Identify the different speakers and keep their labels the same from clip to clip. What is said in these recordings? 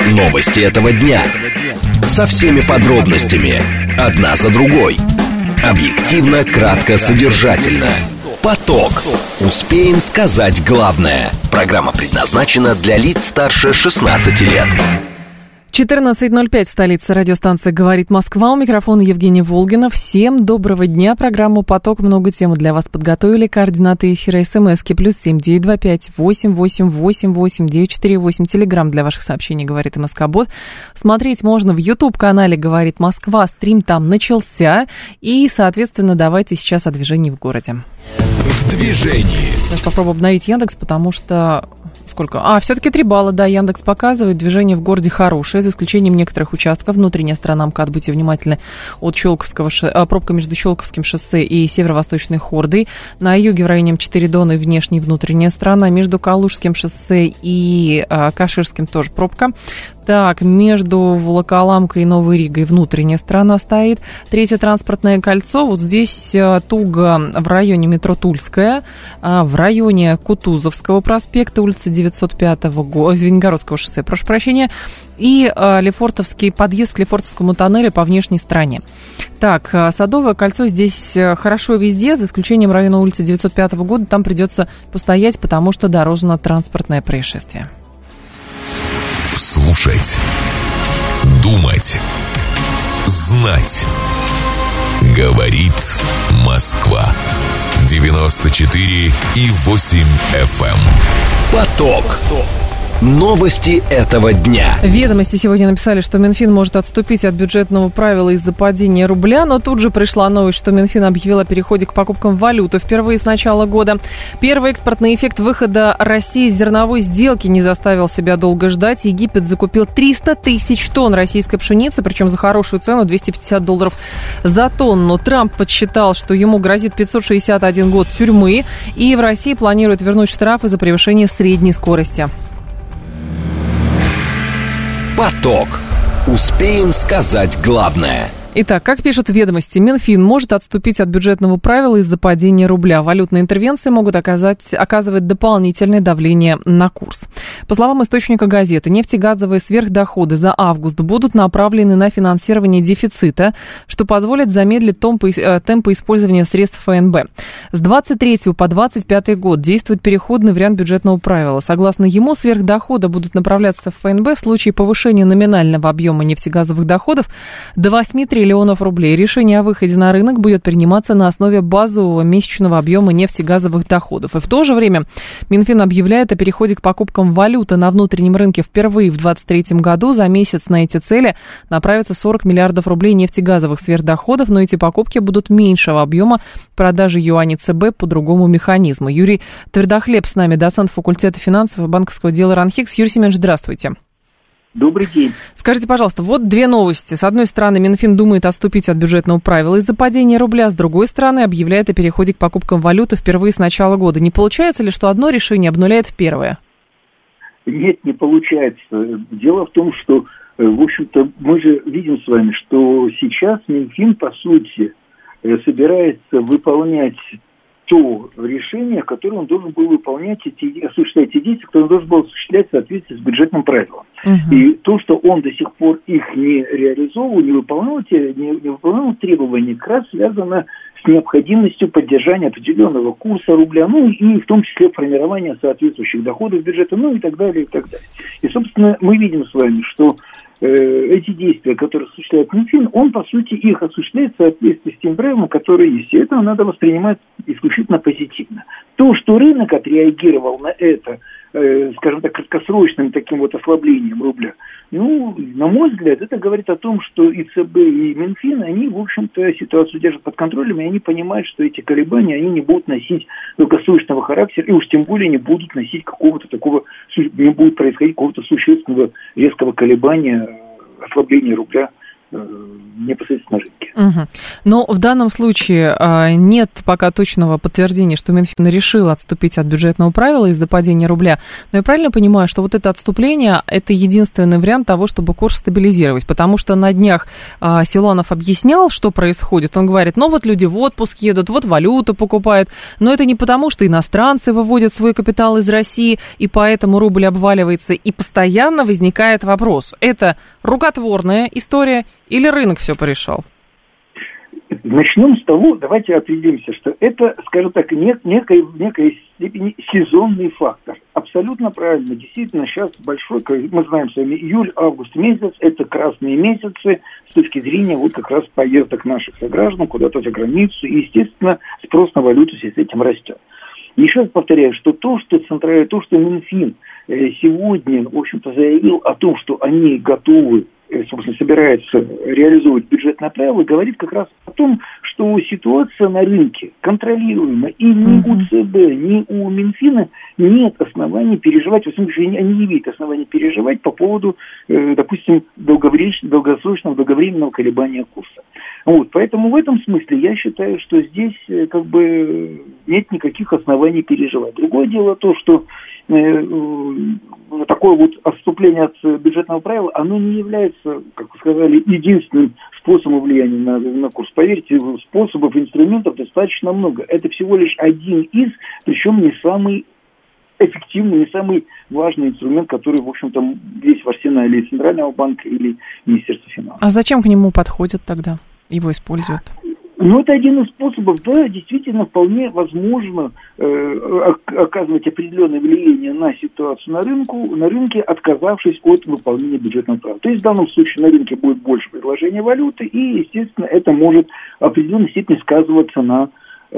Speaker 1: Новости этого дня. Со всеми подробностями. Одна за другой. Объективно, кратко, содержательно. Поток. Успеем сказать главное. Программа предназначена для лиц старше 16 лет.
Speaker 2: 14:05 в столице. Радиостанция «Говорит Москва». У микрофона Евгения Волгина. Всем доброго дня. Программу «Поток». Много тем для вас подготовили. Координаты эфира СМСки +7 925 8888 948. Телеграм для ваших сообщений «Говорит МСК-бот». Смотреть можно в YouTube-канале «Говорит Москва». Стрим там начался. И, соответственно, давайте сейчас о движении в городе.
Speaker 1: В движении.
Speaker 2: Сейчас попробую обновить Яндекс, потому что... Сколько? Все-таки 3 балла, да, Яндекс показывает. Движение в городе хорошее, за исключением некоторых участков. Внутренняя сторона МКАД, будьте внимательны, от Щелковского, пробка между Щелковским шоссе и северо-восточной Хордой. На юге в районе М4 Дона внешняя и внутренняя сторона. Между Калужским шоссе и Каширским тоже пробка. Так, между Волоколамкой и Новой Ригой внутренняя сторона стоит. Третье транспортное кольцо. Вот здесь туго в районе метро Тульская, в районе Кутузовского проспекта, улица 905-го, Звенигородского шоссе, прошу прощения, и Лефортовский подъезд к Лефортовскому тоннелю по внешней стороне. Так, Садовое кольцо здесь хорошо везде, за исключением района улицы 905-го года. Там придется постоять, потому что дорожно-транспортное происшествие.
Speaker 1: Слушать, думать, знать. Говорит Москва. 94,8 FM. Поток. Новости этого дня.
Speaker 2: Ведомости сегодня написали, что Минфин может отступить от бюджетного правила из-за падения рубля, но тут же пришла новость, что Минфин объявил о переходе к покупкам валюты впервые с начала года. Первый экспортный эффект выхода России из зерновой сделки не заставил себя долго ждать. Египет закупил 300 тысяч тонн российской пшеницы, причем за хорошую цену $250 за тонну. Трамп подсчитал, что ему грозит 561 год тюрьмы, и в России планируют вернуть штрафы за превышение средней скорости.
Speaker 1: Поток. Успеем сказать главное.
Speaker 2: Итак, как пишут ведомости, Минфин может отступить от бюджетного правила из-за падения рубля. Валютные интервенции могут оказывать дополнительное давление на курс. По словам источника газеты, нефтегазовые сверхдоходы за август будут направлены на финансирование дефицита, что позволит замедлить темпы использования средств ФНБ. С 23 по 25 год действует переходный вариант бюджетного правила. Согласно ему, сверхдоходы будут направляться в ФНБ в случае повышения номинального объема нефтегазовых доходов до 8 триллионов рублей. Решение о выходе на рынок будет приниматься на основе базового месячного объема нефтегазовых доходов. И в то же время Минфин объявляет о переходе к покупкам валюты на внутреннем рынке впервые в 2023 году. За месяц на эти цели направится 40 миллиардов рублей нефтегазовых сверхдоходов, но эти покупки будут меньшего объема продажи юаней ЦБ по другому механизму. Юрий Твердохлеб с нами, доцент факультета финансов и банковского дела РАНХИКС. Юрий Семенович, здравствуйте.
Speaker 3: Добрый день.
Speaker 2: Скажите, пожалуйста, вот две новости. С одной стороны, Минфин думает отступить от бюджетного правила из-за падения рубля, с другой стороны, объявляет о переходе к покупкам валюты впервые с начала года. Не получается ли, что одно решение обнуляет первое?
Speaker 3: Нет, не получается. Дело в том, что, в общем-то, мы же видим с вами, что сейчас Минфин, по сути, собирается выполнять то решение, которое он должен был выполнять, осуществлять те действия, которые он должен был осуществлять в соответствии с бюджетным правилом. И то, что он до сих пор их не реализовывал, не выполнял требования, как раз связано с необходимостью поддержания определенного курса рубля, ну и в том числе формирования соответствующих доходов бюджета, ну и так далее, и так далее. И, собственно, мы видим с вами, что эти действия, которые осуществляет Минфин, он, по сути, их осуществляет в соответствии с тем правилом, которое есть. И это надо воспринимать исключительно позитивно. То, что рынок отреагировал на это, скажем так, краткосрочным таким вот ослаблением рубля, ну, на мой взгляд, это говорит о том, что и ЦБ, и Минфин, они, в общем-то, ситуацию держат под контролем, и они понимают, что эти колебания, они не будут носить долгосрочного характера, и уж тем более не будут носить какого-то такого, не будет происходить какого-то существенного резкого колебания, ослабления рубля непосредственно рынке.
Speaker 2: Угу. Но в данном случае нет пока точного подтверждения, что Минфин решил отступить от бюджетного правила из-за падения рубля. Но я правильно понимаю, что вот это отступление – это единственный вариант того, чтобы курс стабилизировать? Потому что на днях Силуанов объяснял, что происходит. Он говорит, ну вот люди в отпуск едут, вот валюту покупают. Но это не потому, что иностранцы выводят свой капитал из России, и поэтому рубль обваливается. И постоянно возникает вопрос, это рукотворная история или рынок все порешал?
Speaker 3: Начнем с того, давайте определимся, что это, скажем так, в некой степени сезонный фактор. Абсолютно правильно. Действительно, сейчас большой, мы знаем с вами, июль-август месяц, это красные месяцы с точки зрения вот как раз поездок наших сограждан куда-то за границу. И, естественно, спрос на валюту с этим растет. Еще раз повторяю, что то, что Минфин сегодня, в общем-то, заявил о том, что они готовы, собственно, собираются реализовывать бюджетное правило, говорит как раз о том, что ситуация на рынке контролируема, и ни у ЦБ, ни у Минфина нет оснований переживать, в смысле, они не имеют оснований переживать по поводу, допустим, долгосрочного, долговременного колебания курса. Вот, поэтому в этом смысле я считаю, что здесь как бы нет никаких оснований переживать. Другое дело то, что такое вот отступление от бюджетного правила, оно не является, как вы сказали, единственным способом влияния на курс. Поверьте, способов, инструментов достаточно много. Это всего лишь один из, причем не самый эффективный, не самый важный инструмент, который, в общем-то, есть в арсенале или Центрального банка, или Министерства финансов.
Speaker 2: А зачем к нему подходят тогда? Его используют?
Speaker 3: Ну, это один из способов, да, действительно, вполне возможно оказывать определенное влияние на ситуацию на рынке, отказавшись от выполнения бюджетного права. То есть, в данном случае на рынке будет больше предложения валюты, и, естественно, это может в определенной степени сказываться на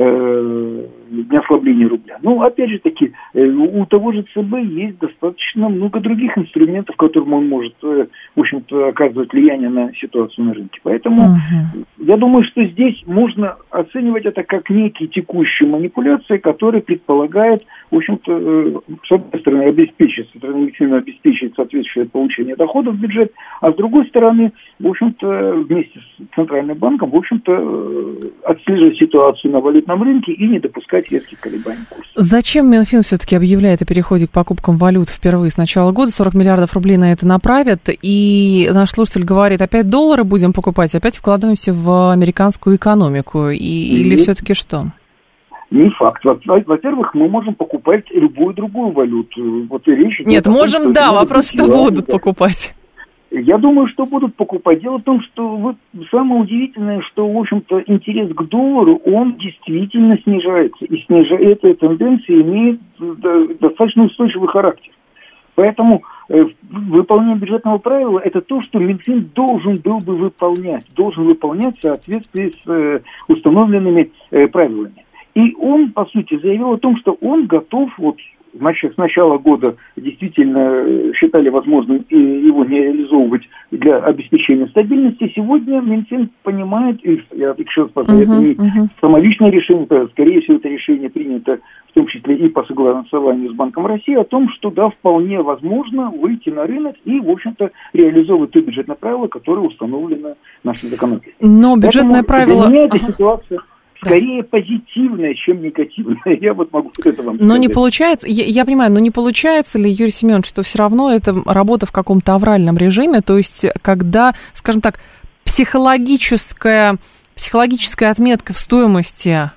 Speaker 3: ослабление рубля. Ну, опять же таки, у того же ЦБ есть достаточно много других инструментов, которым он может, в общем-то, оказывать влияние на ситуацию на рынке. Поэтому я думаю, что здесь можно оценивать это как некие текущие манипуляции, которые предполагают, в общем-то, с одной стороны, обеспечить соответствующее получение доходов в бюджет, а с другой стороны, в общем-то, вместе с Центральным банком, в общем-то, отслеживать ситуацию на валютном рынке и не допускать резких колебаний курса.
Speaker 2: Зачем Минфин все-таки объявляет о переходе к покупкам валют впервые с начала года? 40 миллиардов рублей на это направят. И наш слушатель говорит, опять доллары будем покупать, опять вкладываемся в американскую экономику. Или все-таки что?
Speaker 3: Не факт. Во-первых, мы можем покупать любую другую валюту. Вот и речь идет
Speaker 2: Нет, можем, да, вопрос, что будут покупать.
Speaker 3: Я думаю, что будут покупать. Дело в том, что вот самое удивительное, что, в общем-то, интерес к доллару, он действительно снижается. И эта тенденция имеет достаточно устойчивый характер. Поэтому выполнение бюджетного правила – это то, что Минфин должен был бы выполнять. Должен выполнять в соответствии с установленными правилами. И он, по сути, заявил о том, что он готов, вот, значит, с начала года действительно считали возможным его не реализовывать для обеспечения стабильности. Сегодня Минфин понимает, и я еще раз повторяю, это не самоличное решение, скорее всего, это решение принято в том числе и по согласованию с Банком России, о том, что, да, вполне возможно выйти на рынок и, в общем-то, реализовывать то бюджетное правило, которое установлено нашим законодательством.
Speaker 2: Но бюджетное правило...
Speaker 3: Для меня эта ситуация... Скорее позитивная, чем негативная. Я вот могу это вам сказать.
Speaker 2: Но не получается, я понимаю, но не получается ли, Юрий Семенович, что все равно это работа в каком-то авральном режиме, то есть когда, скажем так, психологическая отметка в стоимости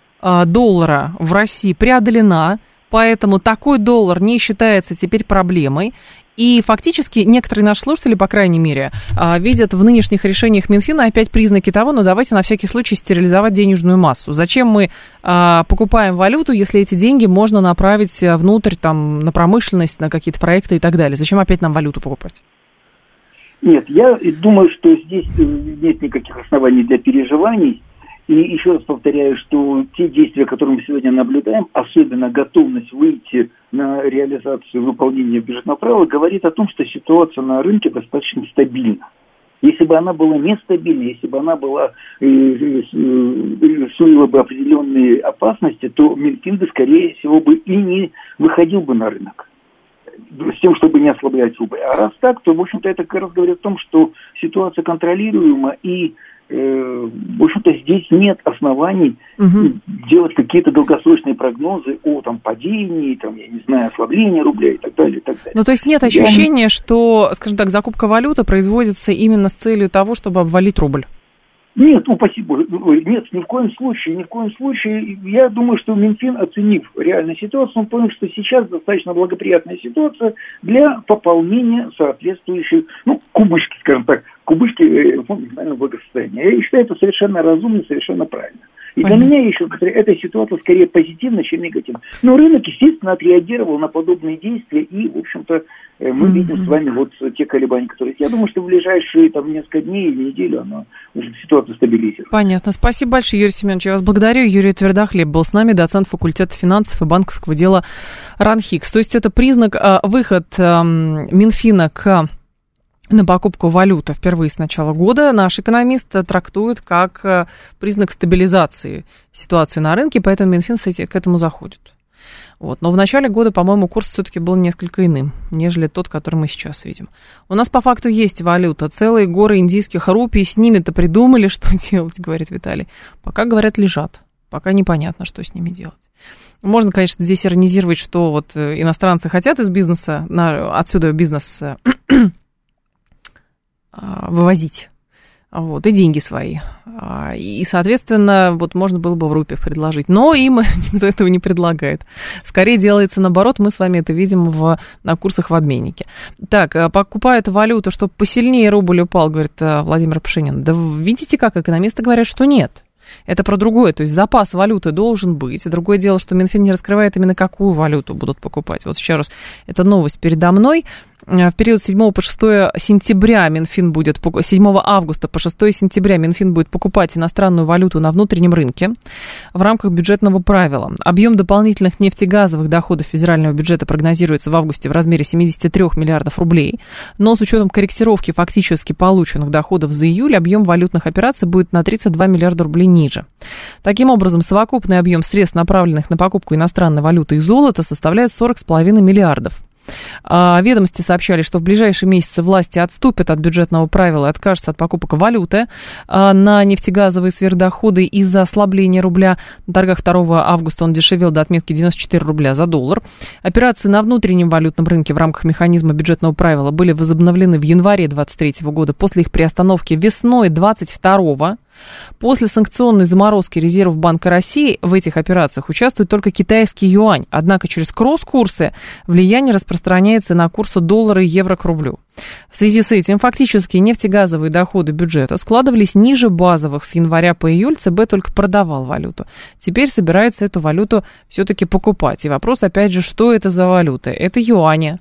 Speaker 2: доллара в России преодолена, поэтому такой доллар не считается теперь проблемой. И фактически некоторые наши слушатели, по крайней мере, видят в нынешних решениях Минфина опять признаки того, ну давайте на всякий случай стерилизовать денежную массу. Зачем мы покупаем валюту, если эти деньги можно направить внутрь, там, на промышленность, на какие-то проекты и так далее? Зачем опять нам валюту покупать?
Speaker 3: Нет, я думаю, что здесь нет никаких оснований для переживаний. И еще раз повторяю, что те действия, которые мы сегодня наблюдаем, особенно готовность выйти на реализацию выполнения бюджетного правила, говорит о том, что ситуация на рынке достаточно стабильна. Если бы она была нестабильна, если бы она была сулила бы определенные опасности, то Минфин, скорее всего, бы и не выходил бы на рынок. с тем, чтобы не ослаблять рубль. А раз так, то, в общем-то, это как раз говорит о том, что ситуация контролируема, и, в общем-то, здесь нет оснований делать какие-то долгосрочные прогнозы о там, падении, там, я не знаю, ослаблении рубля и так далее, и так далее.
Speaker 2: Ну, то есть нет ощущения, что, скажем так, закупка валюты производится именно с целью того, чтобы обвалить рубль?
Speaker 3: Нет, упаси Боже, нет, ни в коем случае. Я думаю, что Минфин, оценив реальную ситуацию, он понял, что сейчас достаточно благоприятная ситуация для пополнения соответствующих, кубышки, скажем так, фонда национального благосостояния. Я считаю, это совершенно разумно, совершенно правильно. И для меня еще эта ситуация скорее позитивна, чем негативна. Но рынок, естественно, отреагировал на подобные действия, и, в общем-то, мы видим с вами вот те колебания, которые... Я думаю, что в ближайшие несколько дней или неделю ситуация стабилизируется.
Speaker 2: Понятно. Спасибо большое, Юрий Семенович. Я вас благодарю. Юрий Твердохлеб был с нами, доцент факультета финансов и банковского дела РАНХИКС. То есть это признак, выход Минфина на покупку валюты впервые с начала года наш экономист трактует как признак стабилизации ситуации на рынке, поэтому Минфин к этому заходит. Вот. Но в начале года, по-моему, курс все-таки был несколько иным, нежели тот, который мы сейчас видим. У нас по факту есть валюта, целые горы индийских рупий, с ними-то придумали, что делать, говорит Виталий. Пока, говорят, лежат, пока непонятно, что с ними делать. Можно, конечно, здесь иронизировать, что вот иностранцы хотят из бизнеса, отсюда бизнес вывозить, вот, и деньги свои. И, соответственно, вот можно было бы в рупиях предложить. Но им никто этого не предлагает. Скорее делается наоборот, мы с вами это видим на курсах в обменнике. Так, покупают валюту, чтобы посильнее рубль упал, говорит Владимир Пшенин. Да видите, как экономисты говорят, что нет. Это про другое, то есть запас валюты должен быть. Другое дело, что Минфин не раскрывает именно какую валюту будут покупать. Вот еще раз, это новость передо мной. В период с 7 по 6 сентября 7 августа по 6 сентября Минфин будет покупать иностранную валюту на внутреннем рынке в рамках бюджетного правила. Объем дополнительных нефтегазовых доходов федерального бюджета прогнозируется в августе в размере 73 миллиардов рублей. Но с учетом корректировки фактически полученных доходов за июль, объем валютных операций будет на 32 миллиарда рублей ниже. Таким образом, совокупный объем средств, направленных на покупку иностранной валюты и золота, составляет 40,5 миллиардов. Ведомости сообщали, что в ближайшие месяцы власти отступят от бюджетного правила и откажутся от покупок валюты на нефтегазовые сверхдоходы из-за ослабления рубля. На торгах 2 августа он дешевел до отметки 94 рубля за доллар. Операции на внутреннем валютном рынке в рамках механизма бюджетного правила были возобновлены в январе 2023 года после их приостановки весной 2022. После санкционной заморозки резервов Банка России в этих операциях участвует только китайский юань. Однако через кросс-курсы влияние распространяется на курсы доллара и евро к рублю. В связи с этим фактически нефтегазовые доходы бюджета складывались ниже базовых. С января по июль ЦБ только продавал валюту. Теперь собирается эту валюту все-таки покупать. И вопрос, опять же, что это за валюта? Это юани,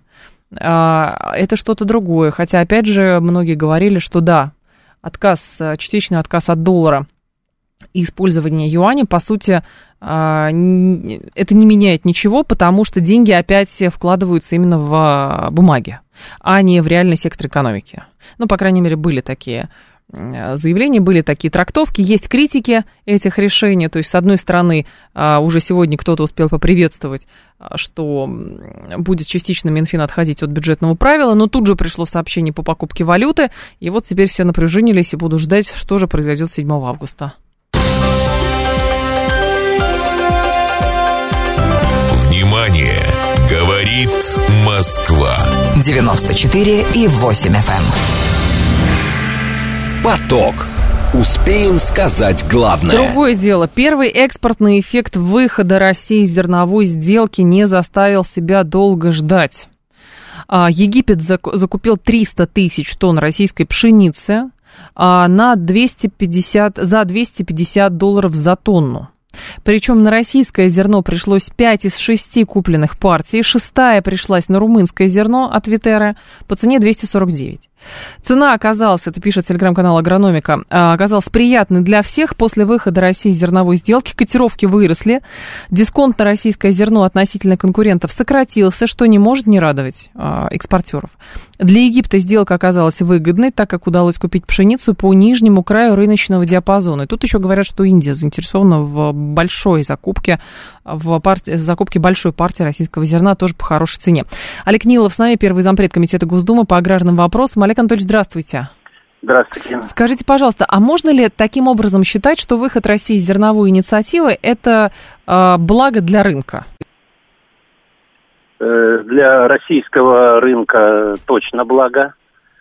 Speaker 2: это что-то другое. Хотя, опять же, многие говорили, что да, частичный отказ от доллара и использование юаня, по сути, это не меняет ничего, потому что деньги опять вкладываются именно в бумаги, а не в реальный сектор экономики. Ну, по крайней мере, были такие заявления, были такие трактовки, есть критики этих решений, то есть, с одной стороны, уже сегодня кто-то успел поприветствовать, что будет частично Минфин отходить от бюджетного правила, но тут же пришло сообщение по покупке валюты, и вот теперь все напряжинились и будут ждать, что же произойдет 7 августа.
Speaker 1: Внимание! Говорит Москва.
Speaker 4: 94,8 FM.
Speaker 1: Поток. Успеем сказать главное.
Speaker 2: Другое дело. Первый экспортный эффект выхода России из зерновой сделки не заставил себя долго ждать. Египет закупил 300 тысяч тонн российской пшеницы за $250 за тонну. Причем на российское зерно пришлось 5 из 6 купленных партий, 6-я пришлась на румынское зерно от Витеры по цене 249. Цена оказалась, это пишет телеграм-канал «Агрономика», оказалась приятной для всех. После выхода России из зерновой сделки котировки выросли, дисконт на российское зерно относительно конкурентов сократился, что не может не радовать экспортеров. Для Египта сделка оказалась выгодной, так как удалось купить пшеницу по нижнему краю рыночного диапазона. И тут еще говорят, что Индия заинтересована в большой закупке, закупке большой партии российского зерна тоже по хорошей цене. Олег Нилов с нами, первый зампред комитета Госдумы по аграрным вопросам. Олег Анатольевич, здравствуйте.
Speaker 4: Здравствуйте.
Speaker 2: Скажите, пожалуйста, а можно ли таким образом считать, что выход России из зерновой инициативы – это благо для рынка?
Speaker 4: Для российского рынка точно благо.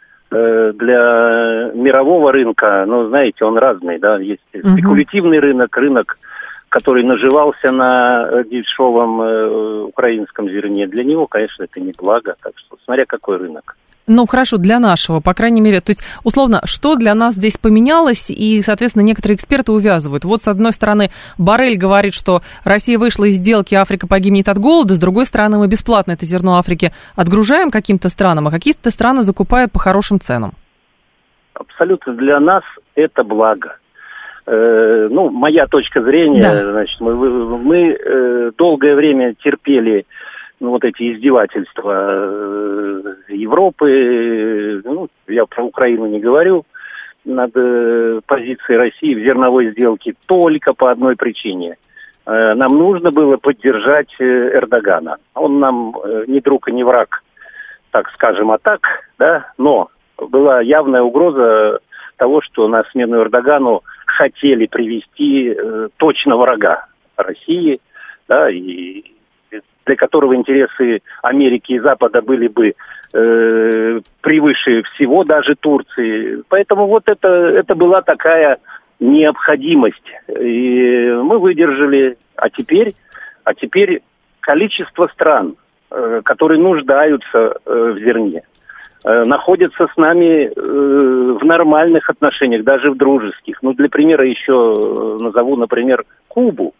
Speaker 4: Для мирового рынка, знаете, он разный, да, есть спекулятивный рынок, который наживался на дешевом украинском зерне. Для него, конечно, это не благо, так что смотря какой рынок.
Speaker 2: Хорошо, для нашего, по крайней мере, то есть, условно, что для нас здесь поменялось, и, соответственно, некоторые эксперты увязывают. Вот, с одной стороны, Боррель говорит, что Россия вышла из сделки, Африка погибнет от голода, с другой стороны, мы бесплатно это зерно Африке отгружаем каким-то странам, а какие-то страны закупают по хорошим ценам.
Speaker 4: Абсолютно, для нас это благо. Моя точка зрения, да. Значит, мы долгое время терпели эти издевательства Европы, я про Украину не говорю, над позицией России в зерновой сделке только по одной причине. Нам нужно было поддержать Эрдогана. Он нам не друг и не враг, так скажем, да, но была явная угроза того, что на смену Эрдогану хотели привести точно врага России, да, и для которого интересы Америки и Запада были бы превыше всего, даже Турции. Поэтому это была такая необходимость. И мы выдержали. А теперь количество стран, которые нуждаются в зерне, находятся с нами в нормальных отношениях, даже в дружеских. Для примера еще назову, например, Кубу.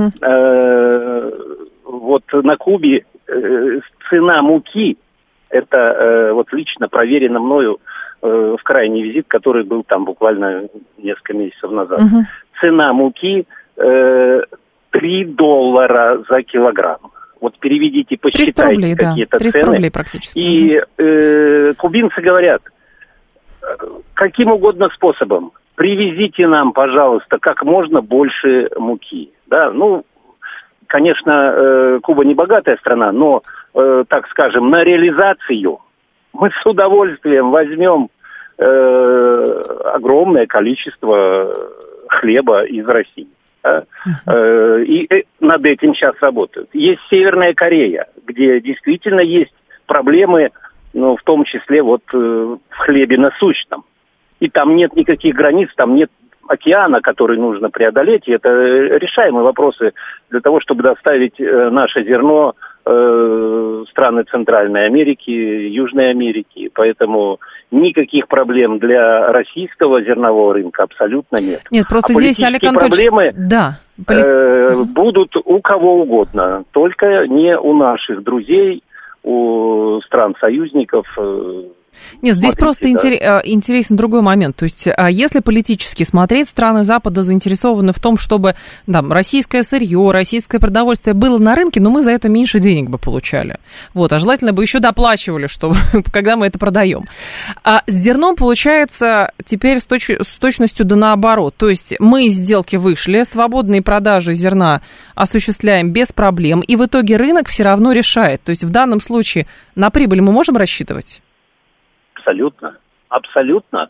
Speaker 4: На Кубе цена муки, это лично проверено мною в крайний визит, который был там буквально несколько месяцев назад. Цена муки $3 за килограмм. Переведите, посчитайте какие-то
Speaker 2: 300
Speaker 4: цены.
Speaker 2: Рублей практически.
Speaker 4: И кубинцы говорят, каким угодно способом, привезите нам, пожалуйста, как можно больше муки. Да, конечно, Куба не богатая страна, но, так скажем, на реализацию мы с удовольствием возьмем огромное количество хлеба из России. Да? И над этим сейчас работают. Есть Северная Корея, где действительно есть проблемы, в том числе в хлебе насущном. И там нет никаких границ, там нет океана, который нужно преодолеть, и это решаемые вопросы для того, чтобы доставить наше зерно в страны Центральной Америки, Южной Америки. Поэтому никаких проблем для российского зернового рынка абсолютно нет.
Speaker 2: Нет, просто здесь, Олег Анатольевич,
Speaker 4: проблемы будут у кого угодно, только не у наших друзей, у стран-союзников.
Speaker 2: Нет, здесь просто интересен другой момент. То есть, если политически смотреть, страны Запада заинтересованы в том, чтобы российское сырье, российское продовольствие было на рынке, но мы за это меньше денег бы получали. А желательно бы еще доплачивали, когда мы это продаем. А с зерном получается теперь с точностью да наоборот. То есть, мы из сделки вышли, свободные продажи зерна осуществляем без проблем, и в итоге рынок все равно решает. То есть, в данном случае на прибыль мы можем рассчитывать? Абсолютно.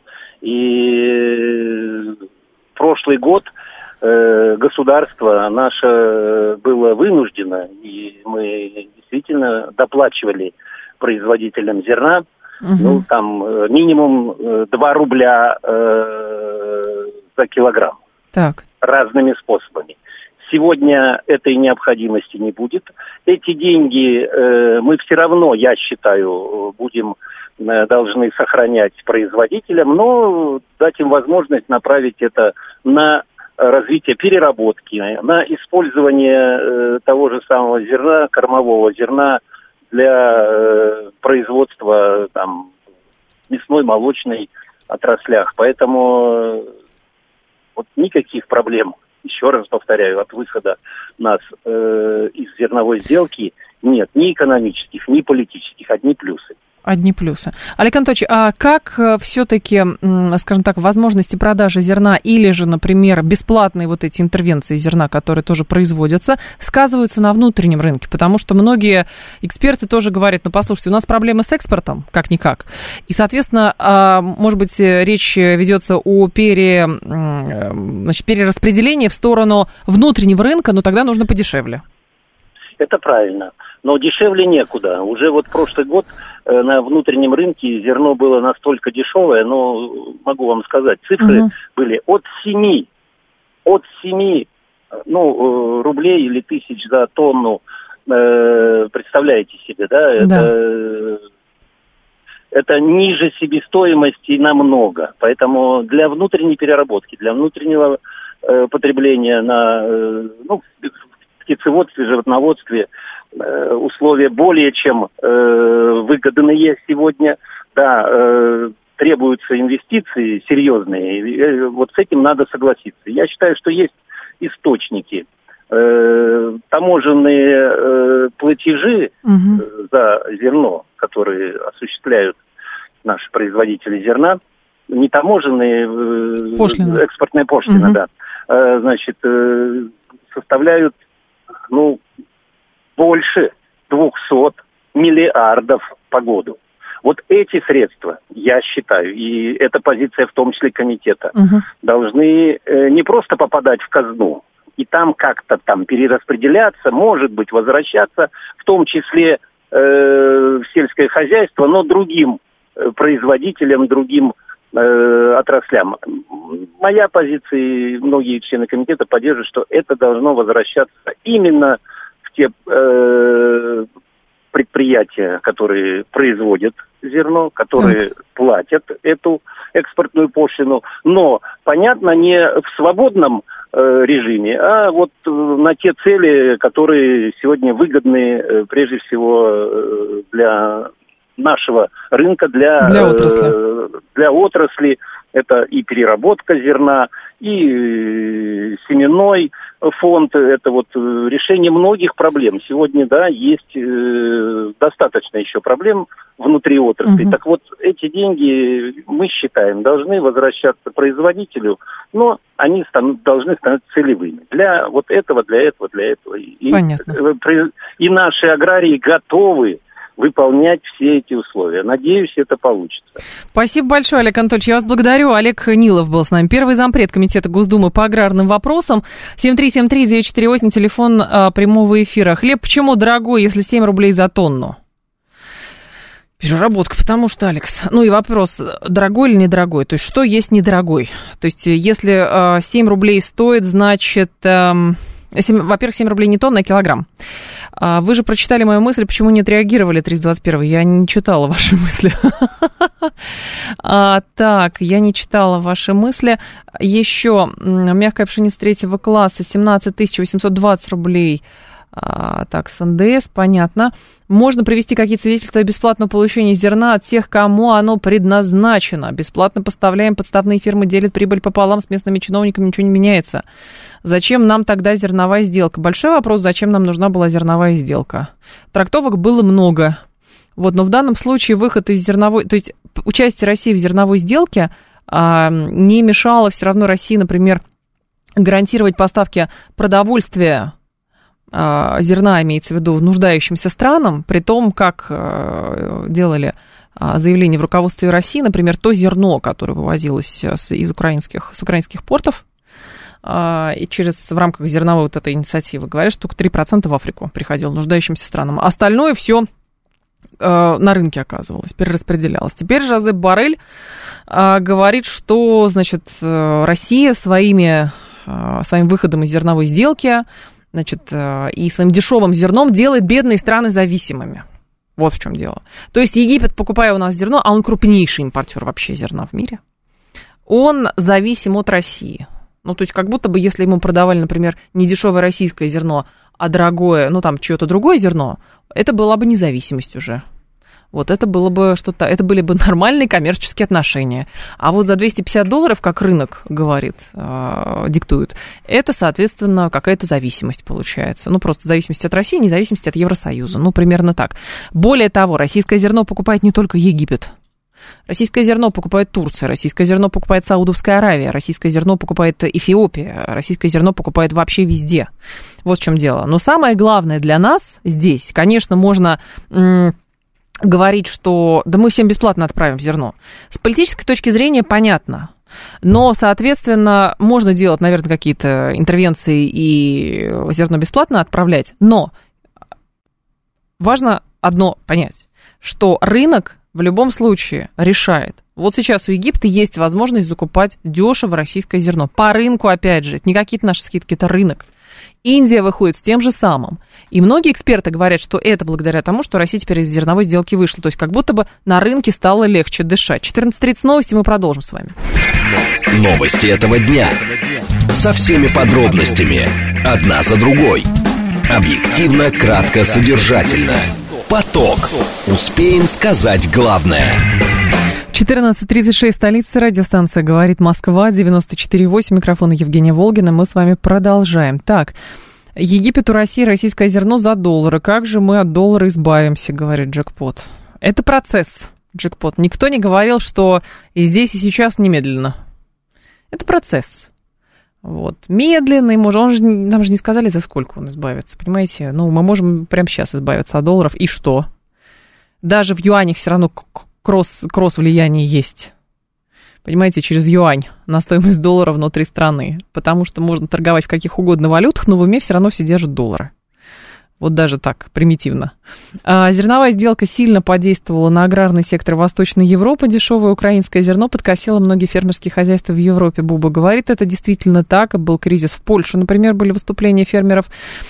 Speaker 2: И прошлый год государство наше было вынуждено, и мы действительно доплачивали производителям зерна, минимум 2 рубля за килограмм. Так. Разными способами. Сегодня этой необходимости не будет. Эти деньги мы все равно, я считаю, должны сохранять производителям, но дать им возможность направить это на развитие переработки, на использование того же самого зерна, кормового зерна для производства мясной, молочной отраслях. Поэтому никаких проблем, еще раз повторяю, от выхода нас из зерновой сделки нет, ни экономических, ни политических, одни плюсы. Одни плюсы. Олег Анатольевич, а как все-таки, скажем так, возможности продажи зерна или же, например, бесплатные вот эти интервенции зерна, которые тоже производятся, сказываются на внутреннем рынке? Потому что многие эксперты тоже говорят, ну, послушайте, у нас проблемы с экспортом, как-никак. И, соответственно, может быть, речь ведется о перераспределении в сторону внутреннего рынка, но тогда нужно подешевле.
Speaker 4: Это правильно. Но дешевле некуда. Уже вот прошлый год на внутреннем рынке зерно было настолько дешевое, но могу вам сказать, цифры были от 7 рублей или тысяч за тонну. Представляете себе, да? Это ниже себестоимости намного. Поэтому для внутренней переработки, для внутреннего потребления в птицеводстве, животноводстве условия более чем выгодные сегодня. Да, требуются инвестиции серьезные. И вот с этим надо согласиться. Я считаю, что есть источники. Таможенные платежи за зерно, которые осуществляют наши производители зерна, не таможенные, экспортная пошлина, да, составляют, больше 200 миллиардов по году. Вот эти средства, я считаю, и эта позиция в том числе комитета, должны не просто попадать в казну, и там как-то перераспределяться, может быть, возвращаться, в том числе в сельское хозяйство, но другим производителям, другим отраслям. Моя позиция, и многие члены комитета поддерживают, что это должно возвращаться именно в те предприятия, которые производят зерно, которые платят эту экспортную пошлину, но, понятно, не в свободном режиме, а вот на те цели, которые сегодня выгодны прежде всего для нашего рынка, для отрасли. Это и переработка зерна, и семенной фонд. Это вот решение многих проблем. Сегодня, да, есть достаточно еще проблем внутри отрасли. Так вот, эти деньги, мы считаем, должны возвращаться производителю, но они должны становиться целевыми. Для вот этого, для этого, для этого.
Speaker 2: Понятно.
Speaker 4: И наши аграрии готовы выполнять все эти условия. Надеюсь, это получится.
Speaker 2: Спасибо большое, Олег Анатольевич. Я вас благодарю. Олег Нилов был с нами, первый зампред Комитета Госдумы по аграрным вопросам. 7373948, телефон прямого эфира. Хлеб почему дорогой, если 7 рублей за тонну? Переработка, потому что, Алекс. И вопрос, дорогой или недорогой? То есть, что есть недорогой? То есть, если 7 рублей стоит, значит... Во-первых, 7 рублей не тонна, а килограмм. Вы же прочитали мою мысль, почему не отреагировали 321. Я не читала ваши мысли. Так, я не читала ваши мысли. Еще мягкая пшеница 3 класса 17 820 рублей. Так, с НДС, понятно. Можно привести какие-то свидетельства о бесплатном получении зерна от тех, кому оно предназначено. Бесплатно поставляем, подставные фирмы делят прибыль пополам, с местными чиновниками ничего не меняется. Зачем нам тогда зерновая сделка? Большой вопрос, зачем нам нужна была зерновая сделка. Трактовок было много. Но в данном случае выход из зерновой... То есть участие России в зерновой сделке не мешало все равно России, например, гарантировать поставки продовольствия, зерна, имеется в виду, нуждающимся странам, при том, как делали заявление в руководстве России, например, то зерно, которое вывозилось из украинских портов, и в рамках зерновой вот этой инициативы, говорят, что только 3% в Африку приходило нуждающимся странам. Остальное все на рынке оказывалось, перераспределялось. Теперь Жозеп Боррель говорит, что, значит, Россия своим выходом из зерновой сделки, значит, и своим дешевым зерном делает бедные страны зависимыми. Вот в чем дело. То есть Египет, покупая у нас зерно, а он крупнейший импортер вообще зерна в мире, он зависим от России. То есть как будто бы, если ему продавали, например, не дешевое российское зерно, а дорогое, чье-то другое зерно, это была бы независимость уже. Вот это было бы что-то, это были бы нормальные коммерческие отношения. А вот за $250, как рынок говорит, диктует, это, соответственно, какая-то зависимость получается. Ну, просто зависимость от России, независимость от Евросоюза. Ну, примерно так. Более того, российское зерно покупает не только Египет. Российское зерно покупает Турция, российское зерно покупает Саудовская Аравия, российское зерно покупает Эфиопия, российское зерно покупает вообще везде. Вот в чем дело. Но самое главное для нас здесь, конечно, можно говорить, что да мы всем бесплатно отправим зерно. С политической точки зрения понятно. Но, соответственно, можно делать, наверное, какие-то интервенции и зерно бесплатно отправлять. Но важно одно понять, что рынок в любом случае решает. Вот сейчас у Египта есть возможность закупать дешево российское зерно. По рынку, опять же, это не какие-то наши скидки, это рынок. Индия выходит с тем же самым. И многие эксперты говорят, что это благодаря тому, что Россия теперь из зерновой сделки вышла. То есть как будто бы на рынке стало легче дышать. 14:30 новости, мы продолжим с вами.
Speaker 1: Новости этого дня. Со всеми подробностями. Одна за другой. Объективно, кратко, содержательно. Поток. Успеем сказать главное.
Speaker 2: 14:36, столица, радиостанция «Говорит Москва», 94,8, микрофон Евгения Волгина, мы с вами продолжаем. Так, Египет у России, российское зерно за $1. Как же мы от доллара избавимся, говорит Джекпот. Это процесс, Джекпот. Никто не говорил, что и здесь, и сейчас немедленно. Это процесс. Вот. Медленный, нам же не сказали, за сколько он избавится, понимаете? Ну, мы можем прямо сейчас избавиться от долларов, и что? Даже в юанях все равно кросс-влияние есть. Понимаете, через юань на стоимость доллара внутри страны. Потому что можно торговать в каких угодно валютах, но в уме все равно все держат доллары. Вот даже так, примитивно. Зерновая сделка сильно подействовала на аграрный сектор Восточной Европы. Дешевое украинское зерно подкосило многие фермерские хозяйства в Европе. Буба говорит, это действительно так. Был кризис в Польше, например, были выступления фермеров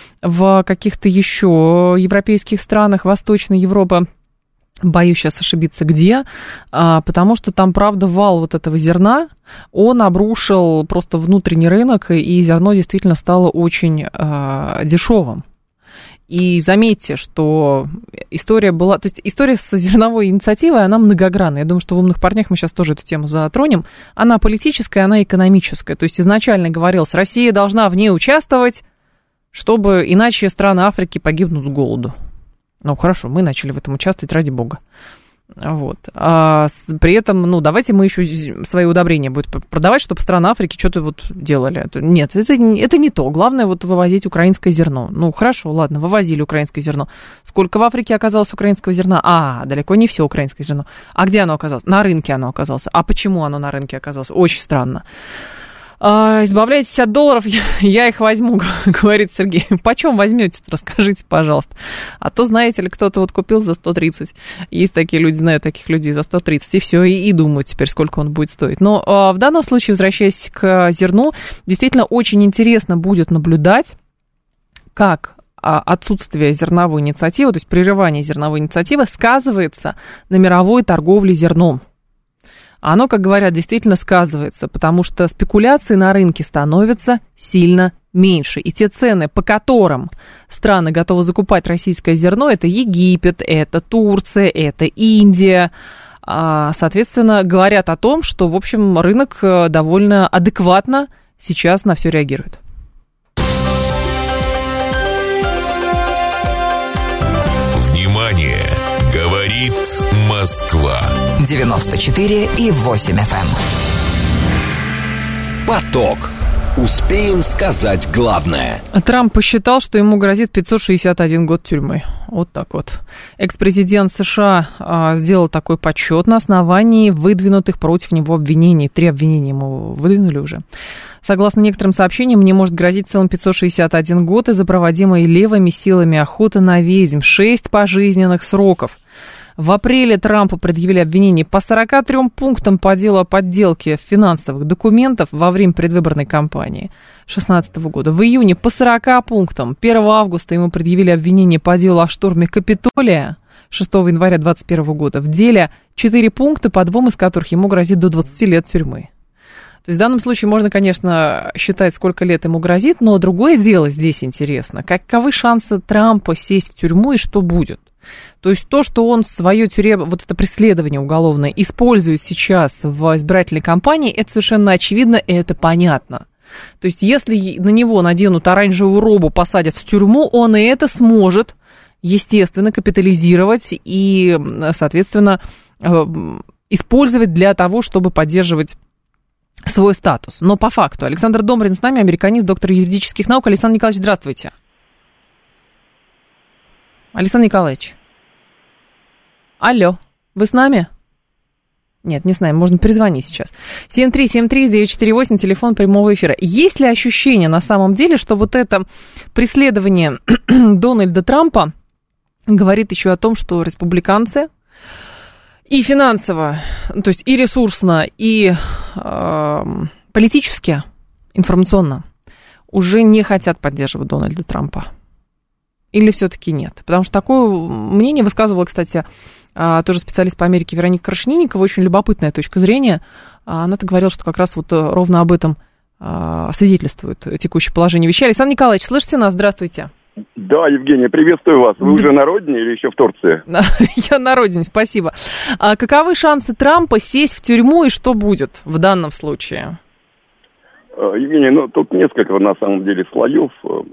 Speaker 2: в каких-то еще европейских странах Восточной Европы. Боюсь сейчас ошибиться, где, потому что там, правда, вал вот этого зерна, он обрушил просто внутренний рынок, и зерно действительно стало очень дешевым. И заметьте, что история была... То есть история с зерновой инициативой, она многогранная. Я думаю, что в «Умных парнях» мы сейчас тоже эту тему затронем. Она политическая, она экономическая. То есть изначально говорилось, Россия должна в ней участвовать, чтобы иначе страны Африки погибнут с голоду. Ну, хорошо, мы начали в этом участвовать, ради бога. Вот. При этом, ну, давайте мы еще свои удобрения будем продавать, чтобы страны Африки что-то вот делали. Нет, это не то. Главное вот вывозить украинское зерно. Ну, хорошо, ладно, вывозили украинское зерно. Сколько в Африке оказалось украинского зерна? Далеко не все украинское зерно. А где оно оказалось? На рынке оно оказалось. А почему оно на рынке оказалось? Очень странно. Избавляйтесь от долларов, я их возьму, говорит Сергей. Почем возьмете, расскажите, пожалуйста. А то, знаете ли, кто-то вот купил за 130. Есть такие люди, знаю таких людей за 130, и все, и думают теперь, сколько он будет стоить. Но в данном случае, возвращаясь к зерну, действительно очень интересно будет наблюдать, как отсутствие зерновой инициативы, то есть прерывание зерновой инициативы сказывается на мировой торговле зерном. Оно, как говорят, действительно сказывается, потому что спекуляции на рынке становятся сильно меньше. И те цены, по которым страны готовы закупать российское зерно, это Египет, это Турция, это Индия, соответственно, говорят о том, что, в общем, рынок довольно адекватно сейчас на все реагирует.
Speaker 1: Внимание! Говорит Москва.
Speaker 5: 94,8 FM.
Speaker 1: Поток. Успеем сказать главное.
Speaker 2: Трамп посчитал, что ему грозит 561 год тюрьмы. Вот так вот. Экс-президент США сделал такой подсчет на основании выдвинутых против него обвинений. 3 обвинения ему выдвинули уже. Согласно некоторым сообщениям, мне может грозить в целом 561 год из-за проводимой левыми силами охоты на ведьм. 6 пожизненных сроков. В апреле Трампу предъявили обвинения по 43 пунктам по делу о подделке финансовых документов во время предвыборной кампании 2016 года. В июне по 40 пунктам. 1 августа ему предъявили обвинения по делу о штурме Капитолия 6 января 2021 года. В деле 4 пункта, по 2 из которых ему грозит до 20 лет тюрьмы. То есть в данном случае можно, конечно, считать, сколько лет ему грозит, но другое дело здесь интересно. Каковы шансы Трампа сесть в тюрьму и что будет? То есть то, что он свое вот это преследование уголовное использует сейчас в избирательной кампании, это совершенно очевидно, и это понятно. То есть если на него наденут оранжевую робу, посадят в тюрьму, он и это сможет, естественно, капитализировать и, соответственно, использовать для того, чтобы поддерживать свой статус. Но по факту. Александр Домрин с нами, американист, доктор юридических наук. Александр Николаевич, здравствуйте. Александр Николаевич. Алло, вы с нами? Нет, не с нами, можно перезвонить сейчас. 7373948, телефон прямого эфира. Есть ли ощущение на самом деле, что вот это преследование Дональда Трампа говорит еще о том, что республиканцы и финансово, то есть и ресурсно, и политически, информационно уже не хотят поддерживать Дональда Трампа? Или все-таки нет? Потому что такое мнение высказывала, кстати, тоже специалист по Америке Вероника Крашенинникова, очень любопытная точка зрения. Она-то говорила, что как раз вот ровно об этом свидетельствует текущее положение вещей. Александр Николаевич, слышите нас? Здравствуйте.
Speaker 6: Да, Евгения, приветствую вас. Вы уже на родине или еще в Турции?
Speaker 2: Я на родине, спасибо. Каковы шансы Трампа сесть в тюрьму и что будет в данном случае?
Speaker 6: Евгения, тут несколько, на самом деле, слоев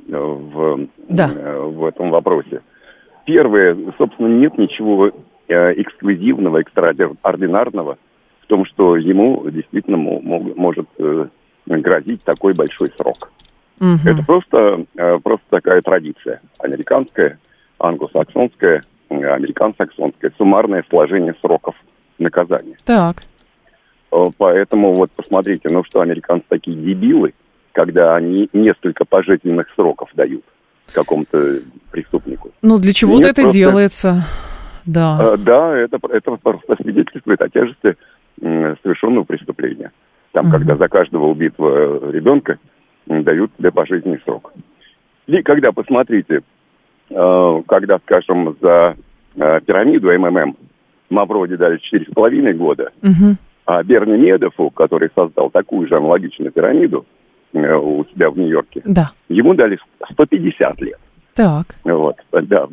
Speaker 6: в этом вопросе. Первое, собственно, нет ничего эксклюзивного, экстраординарного в том, что ему действительно может грозить такой большой срок. Угу. Это просто такая традиция. Американская, англосаксонская, американо-саксонская, суммарное сложение сроков наказания.
Speaker 2: Так.
Speaker 6: Поэтому вот посмотрите, что американцы такие дебилы, когда они несколько пожизненных сроков дают какому-то преступнику.
Speaker 2: Для чего-то это делается. Да.
Speaker 6: Да, это просто свидетельствует о тяжести совершенного преступления. Там, когда за каждого убитого ребенка дают тебе пожизненный срок. И когда, посмотрите, когда, скажем, за пирамиду МММ Мавроди дали 4,5 года, а Берни Медофу, который создал такую же аналогичную пирамиду у себя в Нью-Йорке,
Speaker 2: да,
Speaker 6: ему дали 150 лет.
Speaker 2: Так.
Speaker 6: Вот, да.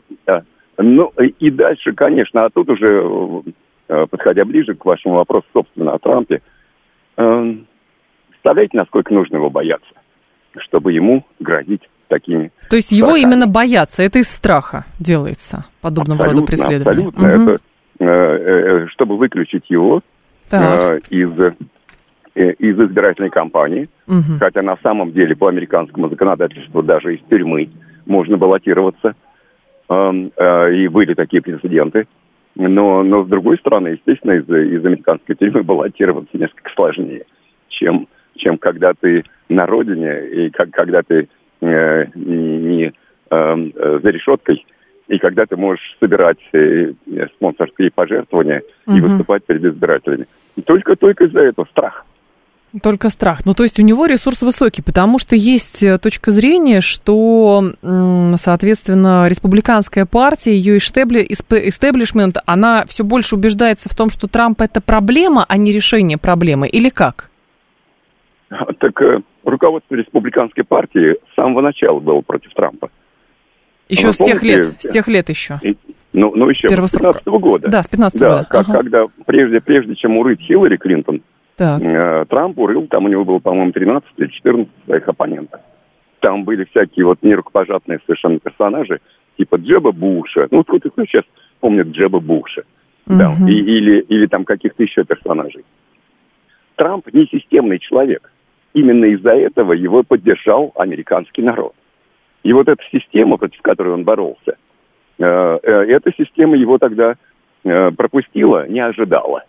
Speaker 6: И дальше, конечно, а тут уже, подходя ближе к вашему вопросу, собственно, о Трампе, представляете, насколько нужно его бояться, чтобы ему грозить такими...
Speaker 2: То есть его именно боятся, это из страха делается, подобного рода преследования?
Speaker 6: Абсолютно, это чтобы выключить его из избирательной кампании, хотя на самом деле по американскому законодательству даже из тюрьмы можно баллотироваться, и были такие прецеденты, но с другой стороны, естественно, из американской тюрьмы баллотироваться несколько сложнее, чем когда ты на родине, и когда ты не за решеткой, и когда ты можешь собирать спонсорские пожертвования и выступать перед избирателями. Только из-за этого страх.
Speaker 2: Только страх. То есть у него ресурс высокий, потому что есть точка зрения, что, соответственно, республиканская партия, ее истеблишмент, она все больше убеждается в том, что Трамп – это проблема, а не решение проблемы, или как?
Speaker 6: Так руководство республиканской партии с самого начала было против Трампа.
Speaker 2: Еще с тех лет еще.
Speaker 6: Еще с 15 года.
Speaker 2: Да, с 15 года.
Speaker 6: Когда прежде чем урыть Хиллари Клинтон,
Speaker 2: так.
Speaker 6: Трамп урыл, там у него было, по-моему, 13 или 14 своих оппонентов. Там были всякие нерукопожатные совершенно персонажи, типа Джеба Буша. Кто сейчас помнит Джеба Буша? Да, или там каких-то еще персонажей. Трамп не системный человек. Именно из-за этого его поддержал американский народ. И вот эта система, против которой он боролся, эта система его тогда пропустила, не ожидала.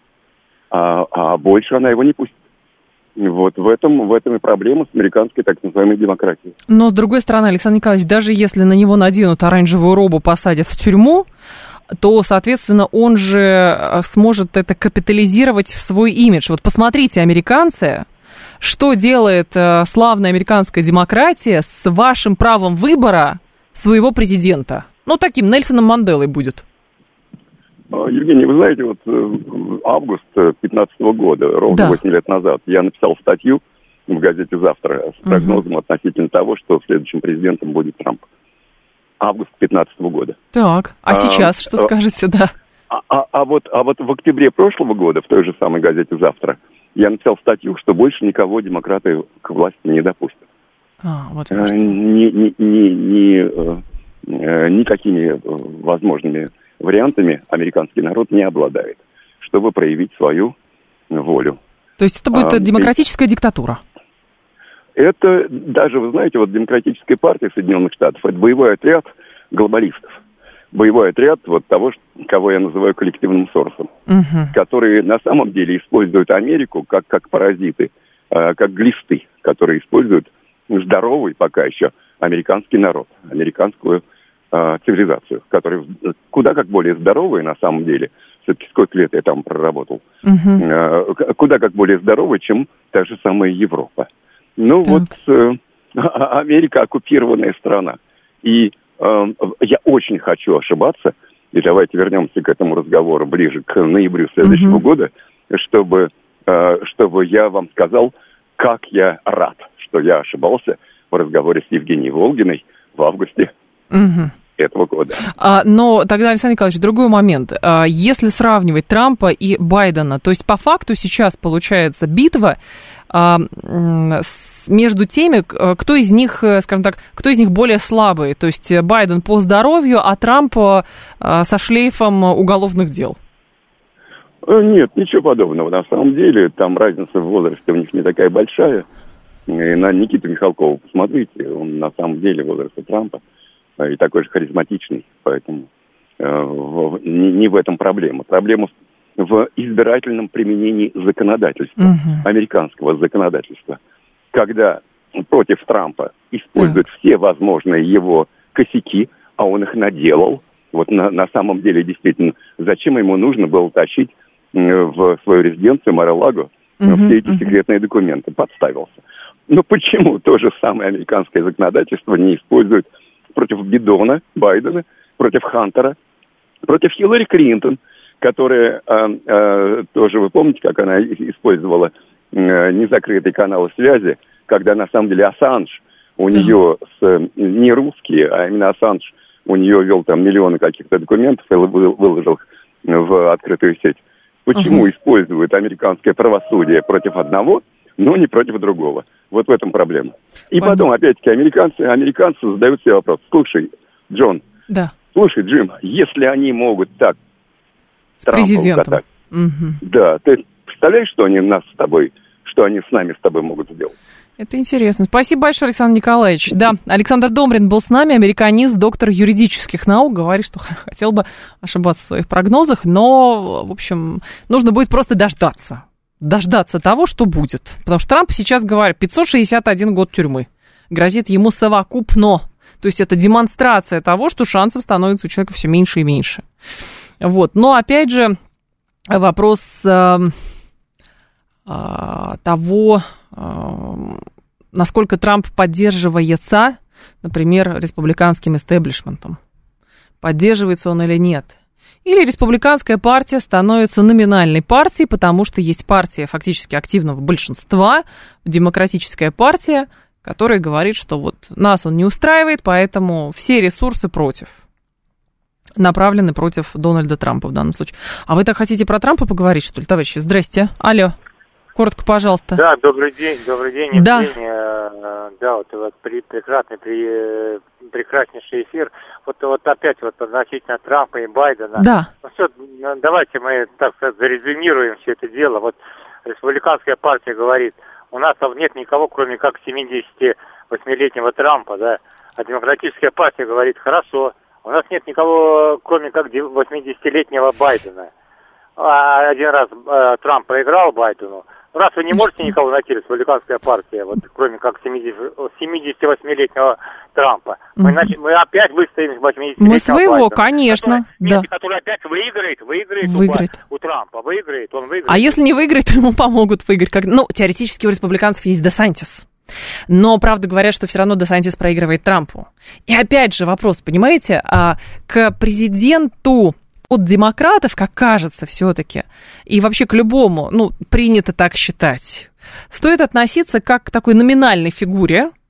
Speaker 6: А больше она его не пустит. Вот в этом и проблема с американской так называемой демократией.
Speaker 2: Но, с другой стороны, Александр Николаевич, даже если на него наденут оранжевую робу, посадят в тюрьму, то, соответственно, он же сможет это капитализировать в свой имидж. Вот посмотрите, американцы, что делает славная американская демократия с вашим правом выбора своего президента. Таким Нельсоном Манделой будет.
Speaker 6: Евгений, вы знаете, август 2015 года, ровно 8 лет назад, я написал статью в газете «Завтра» с прогнозом относительно того, что следующим президентом будет Трамп. августа 2015 года.
Speaker 2: Так, а сейчас что скажете, да?
Speaker 6: А вот в октябре прошлого года в той же самой газете «Завтра» я написал статью, что больше никого демократы к власти не допустят.
Speaker 2: Вот
Speaker 6: никакими возможными вариантами американский народ не обладает, чтобы проявить свою волю.
Speaker 2: То есть это будет демократическая диктатура?
Speaker 6: Это даже, вы знаете, вот Демократическая партия Соединенных Штатов, это боевой отряд глобалистов. Боевой отряд вот того, кого я называю коллективным Соросом, которые на самом деле используют Америку как паразиты, как глисты, которые используют здоровый пока еще американский народ, американскую цивилизацию, которая куда как более здоровая на самом деле. Все-таки сколько лет я там проработал. Куда как более здоровая, чем та же самая Европа. Ну так. Вот Америка оккупированная страна. И я очень хочу ошибаться, и давайте вернемся к этому разговору ближе к ноябрю следующего года, чтобы я вам сказал, как я рад, что я ошибался в разговоре с Евгенией Волгиной в августе этого года.
Speaker 2: Но тогда, Александр Николаевич, другой момент. Если сравнивать Трампа и Байдена, то есть по факту сейчас получается битва между теми, кто из них, скажем так, кто из них более слабый. То есть Байден по здоровью, а Трамп со шлейфом уголовных дел.
Speaker 6: Нет, ничего подобного. На самом деле, там разница в возрасте у них не такая большая. И на Никиту Михалкова посмотрите, он на самом деле возраста Трампа и такой же харизматичный, поэтому не в этом проблема. Проблема в избирательном применении законодательства, американского законодательства, когда против Трампа используют все возможные его косяки, а он их наделал. Вот на самом деле, действительно, зачем ему нужно было тащить в свою резиденцию Мар-а-Лаго все эти секретные документы? Подставился. Но почему то же самое американское законодательство не используют против Бидона, Байдена, против Хантера, против Хиллари Клинтон, которая тоже, вы помните, как она использовала незакрытые каналы связи, когда на самом деле Ассанж у нее не русские, а именно Ассанж у нее вел там миллионы каких-то документов и выложил их в открытую сеть. Почему используют американское правосудие против одного, но не против другого? Вот в этом проблема. И потом, опять-таки, американцы задают себе вопрос. Слушай, Джон, слушай, Джим, если они могут так
Speaker 2: с президентом.
Speaker 6: Да, ты представляешь, что они с нами с тобой могут сделать?
Speaker 2: Это интересно. Спасибо большое, Александр Николаевич. Да, Александр Домрин был с нами, американист, доктор юридических наук. Говорит, что хотел бы ошибаться в своих прогнозах, но, в общем, нужно будет просто дождаться того, что будет. Потому что Трамп сейчас говорит, 561 год тюрьмы грозит ему совокупно. То есть это демонстрация того, что шансов становится у человека все меньше и меньше. Вот. Но, опять же, вопрос того, насколько Трамп поддерживается, например, республиканским истеблишментом. Поддерживается он или нет. Или республиканская партия становится номинальной партией, потому что есть партия фактически активного большинства, демократическая партия, которая говорит, что вот нас он не устраивает, поэтому все ресурсы направлены против Дональда Трампа в данном случае. А вы так хотите про Трампа поговорить, что ли, товарищи? Здрасте. Алло. Коротко, пожалуйста.
Speaker 7: Да, добрый день.
Speaker 2: Да.
Speaker 7: Да, вот прекраснейший эфир. Вот опять относительно Трампа и Байдена.
Speaker 2: Да.
Speaker 7: Ну все, давайте мы, так сказать, зарезюмируем все это дело. Вот республиканская партия говорит, у нас нет никого, кроме как 78-летнего Трампа, да. А демократическая партия говорит, хорошо, у нас нет никого, кроме как 80-летнего Байдена. А один раз Трамп проиграл Байдену. Раз вы не можете никого найти, республиканская партия, вот кроме как 78-летнего Трампа, мы опять выстоим с 80-летнего
Speaker 2: Мы своего, Байдена, конечно.
Speaker 7: Который опять выиграет. У Трампа. Он выиграет.
Speaker 2: А если не выиграет, то ему помогут выиграть. Теоретически у республиканцев есть Десантис. Но, правда, говорят, что все равно Десантис проигрывает Трампу. И опять же вопрос, понимаете, к президенту от демократов, как кажется, все-таки, и вообще к любому, принято так считать, стоит относиться как к такой номинальной фигуре,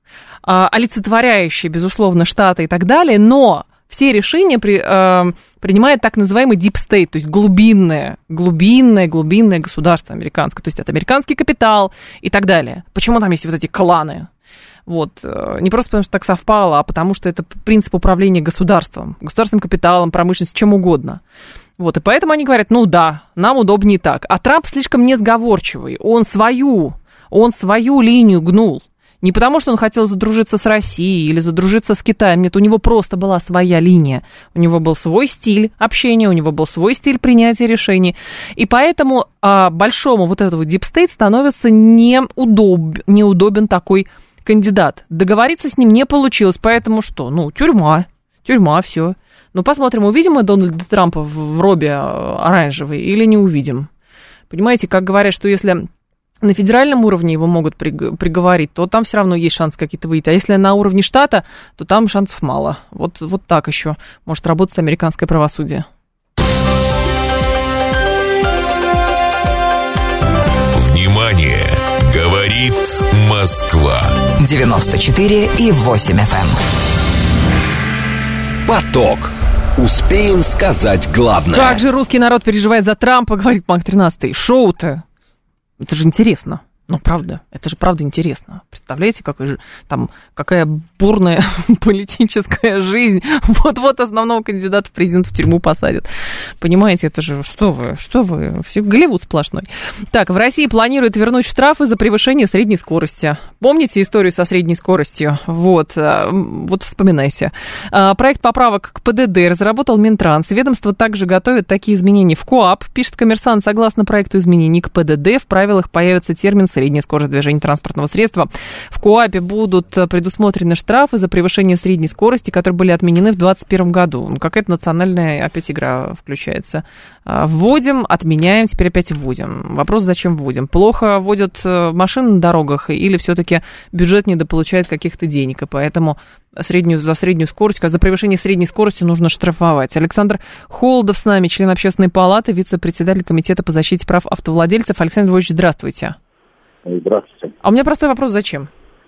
Speaker 2: олицетворяющие, безусловно, Штаты и так далее, но все решения принимает так называемый deep state, то есть глубинное государство американское, то есть это американский капитал и так далее. Почему там есть вот эти кланы? Вот. Не просто потому, что так совпало, а потому что это принцип управления государством, государственным капиталом, промышленностью, чем угодно. Вот. И поэтому они говорят, ну да, нам удобнее так. А Трамп слишком несговорчивый, он свою линию гнул. Не потому, что он хотел задружиться с Россией или задружиться с Китаем. Нет, у него просто была своя линия. У него был свой стиль общения, у него был свой стиль принятия решений. И поэтому большому вот этому Deep State становится неудобен такой кандидат. Договориться с ним не получилось, поэтому что? Ну, тюрьма, все. Ну, посмотрим, увидим мы Дональда Трампа в робе оранжевой или не увидим. Понимаете, как говорят, что если на федеральном уровне его могут приговорить, то там все равно есть шанс какие-то выйти. А если на уровне штата, то там шансов мало. Вот так еще может работать американское правосудие.
Speaker 1: Внимание! Говорит Москва.
Speaker 5: 94,8 FM.
Speaker 1: Поток. Успеем сказать главное.
Speaker 2: Как же русский народ переживает за Трампа, говорит Мак 13. Шоу-то. Это же интересно. Ну, правда, это же правда интересно. Представляете, какая бурная политическая жизнь. Вот основного кандидата в президенты в тюрьму посадят. Понимаете, это же, что вы, все Голливуд сплошной. Так, в России планируют вернуть штрафы за превышение средней скорости. Помните историю со средней скоростью? Вот вспоминайте. Проект поправок к ПДД разработал Минтранс. Ведомство также готовит такие изменения в КоАП. Пишет «Коммерсант», согласно проекту изменений к ПДД, в правилах появится термин «средняя скорость движения транспортного средства». В КоАПе будут предусмотрены штрафы за превышение средней скорости, которые были отменены в 2021 году. Ну, какая-то национальная опять игра включается. Вводим, отменяем, теперь опять вводим. Вопрос, зачем вводим? Плохо водят машины на дорогах или все-таки бюджет недополучает каких-то денег, и поэтому за среднюю скорость, за превышение средней скорости нужно штрафовать. Александр Холодов с нами, член Общественной палаты, вице-председатель Комитета по защите прав автовладельцев. Александр Львович, здравствуйте.
Speaker 8: Здравствуйте.
Speaker 2: А у меня простой вопрос, зачем?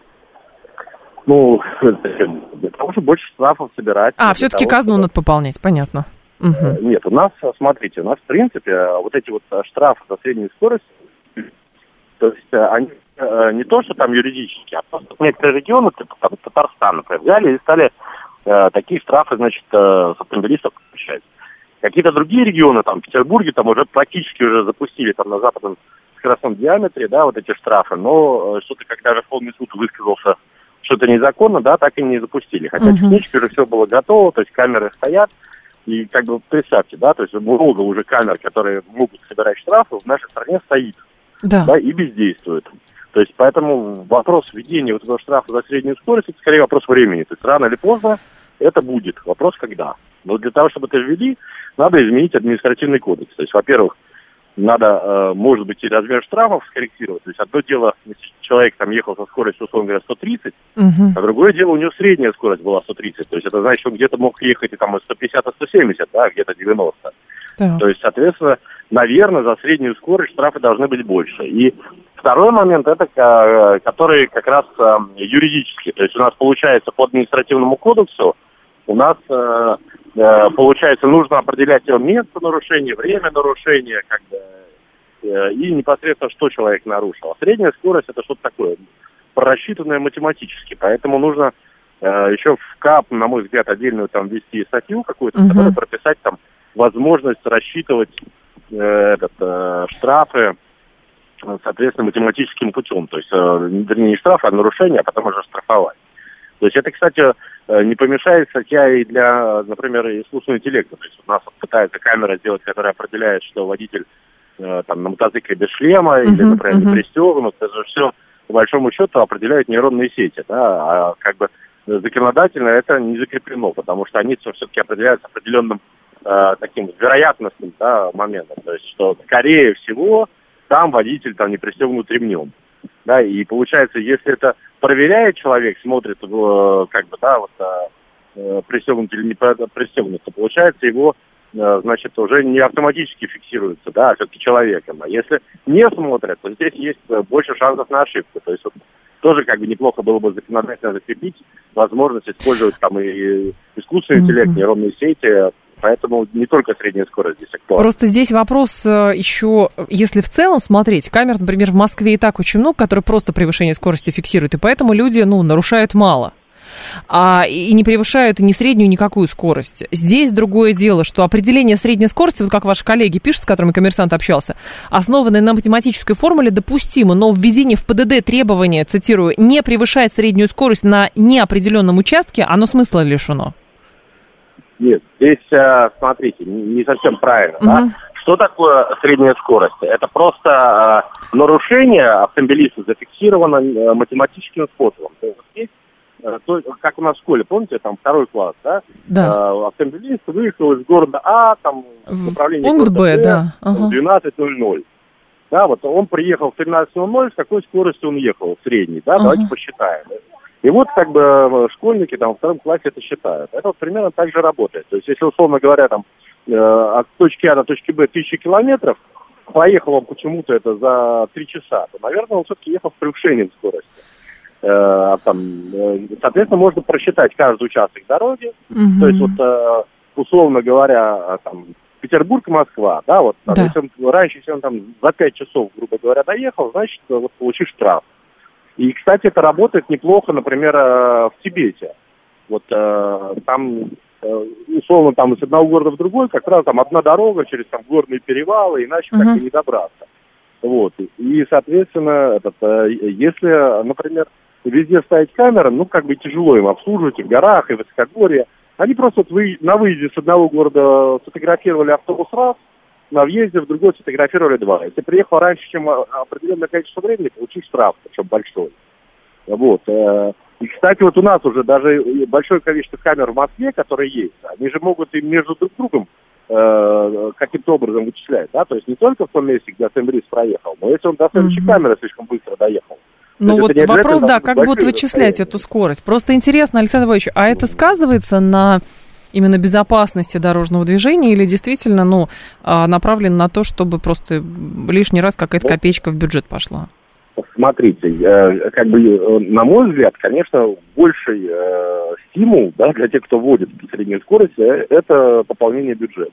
Speaker 8: Ну, для того, чтобы больше штрафов собирать.
Speaker 2: Все-таки казну надо пополнять, понятно. Угу.
Speaker 8: Нет, у нас, смотрите, в принципе, вот эти вот штрафы за среднюю скорость, то есть они не то, что там юридические, а просто некоторые регионы, типа Татарстан, например, взяли и стали такие штрафы, значит, с автомобилистов получать. Какие-то другие регионы, там, в Петербурге, там уже практически запустили там на западном скоростном диаметре, да, вот эти штрафы, но что-то, когда Верховный суд высказался, что это незаконно, да, так и не запустили. Хотя технически уже все было готово, то есть камеры стоят, и как бы представьте, да, то есть много уже камер, которые могут собирать штрафы, в нашей стране стоит, да, и бездействует. То есть поэтому вопрос введения вот этого штрафа за среднюю скорость, это скорее вопрос времени, то есть рано или поздно это будет, вопрос когда. Но для того, чтобы это ввели, надо изменить административный кодекс. То есть, во-первых, надо, может быть, и размер штрафов скорректировать. То есть одно дело, если человек там ехал со скоростью, условно говоря, 130, а другое дело, у него средняя скорость была 130. То есть это значит, что он где-то мог ехать и там 150, 170, да, где-то 90. Да. То есть, соответственно, наверное, за среднюю скорость штрафы должны быть больше. И второй момент, это который как раз юридический. То есть у нас получается по административному кодексу, у нас получается, нужно определять место нарушения, время нарушения, и непосредственно, что человек нарушил. А средняя скорость — это что-то такое, просчитанное математически. Поэтому нужно еще в КАП, на мой взгляд, отдельную там ввести статью какую-то, в которой прописать там возможность рассчитывать штрафы, соответственно, математическим путем. То есть, вернее, не штрафы, а нарушения, а потом уже штрафовать. То есть это, кстати, не помешает статья и для, например, искусственного интеллекта. То есть у нас пытается камера сделать, которая определяет, что водитель там на мотоцикле без шлема или, например, не пристегнут. Это же все, по большому счету, определяют нейронные сети. Да? А как бы законодательно это не закреплено, потому что они все-таки определяются определенным таким вероятностным, да, моментом. То есть, что, скорее всего, там водитель там не пристегнут ремнем. Да, и получается, если это проверяет человек, смотрит, пристегнут или не пристегнут, то получается, его, значит, уже не автоматически фиксируется, да, а все-таки человеком. А если не смотрят, то здесь есть больше шансов на ошибку. То есть вот тоже как бы неплохо было бы законодательно закрепить возможность использовать там и искусственный интеллект, нейронные сети. Поэтому не только средняя скорость здесь актуальна.
Speaker 2: Просто здесь вопрос еще, если в целом смотреть, камер, например, в Москве и так очень много, которые просто превышение скорости фиксируют, и поэтому люди, нарушают мало. И не превышают ни среднюю, никакую скорость. Здесь другое дело, что определение средней скорости, вот как ваши коллеги пишут, с которыми «Коммерсант» общался, основанное на математической формуле, допустимо, но введение в ПДД требования, цитирую, не превышает среднюю скорость на неопределенном участке, оно смысла лишено.
Speaker 8: Нет, здесь, смотрите, не совсем правильно, да? Что такое средняя скорость? Это просто нарушение автомобилиста зафиксировано математическим способом. То есть, как у нас в школе, помните, там 2 класс, да? Да. Автомобилист выехал из города А, там, в направлении
Speaker 2: пункт
Speaker 8: города
Speaker 2: Б, да.
Speaker 8: В 12:00. Да, вот он приехал в 13:00, с какой скоростью он ехал, средней, да? Давайте посчитаем. И вот как бы школьники там в 2 классе это считают. Это вот примерно так же работает. То есть, если, условно говоря, там от точки А до точки Б 1000 километров, поехал он почему-то это за 3 часа, то, наверное, он все-таки ехал с превышением скорости. Соответственно, можно просчитать каждый участок дороги. То есть, вот, условно говоря, там, Петербург-Москва, да, вот, там, если он там за 5 часов, грубо говоря, доехал, значит, вот, получишь штраф. И, кстати, это работает неплохо, например, в Тибете. Вот там, условно, там из одного города в другой, как раз там одна дорога через там горные перевалы, иначе как бы не добраться. Вот. И, соответственно, если, например, везде ставить камеры, как бы тяжело им обслуживать и в горах, и в высокогорье. Они просто вот на выезде с одного города сфотографировали автобус раз, на въезде в другой сфотографировали 2. Если приехал раньше, чем определенное количество времени, получишь штраф, причем большой. Вот. И, кстати, вот у нас уже даже большое количество камер в Москве, которые есть, они же могут и между друг другом каким-то образом вычислять, да, то есть не только в том месте, где автомобилист проехал, но если он до следующей камеры слишком быстро доехал.
Speaker 2: Ну вот вопрос, да, как будут вычислять эту скорость. Просто интересно, Александр Иванович, а это сказывается на именно безопасности дорожного движения или действительно, направлен на то, чтобы просто лишний раз какая-то копеечка в бюджет пошла?
Speaker 8: Смотрите, как бы, на мой взгляд, конечно, больший стимул, да, для тех, кто вводит среднюю скорость, это пополнение бюджета.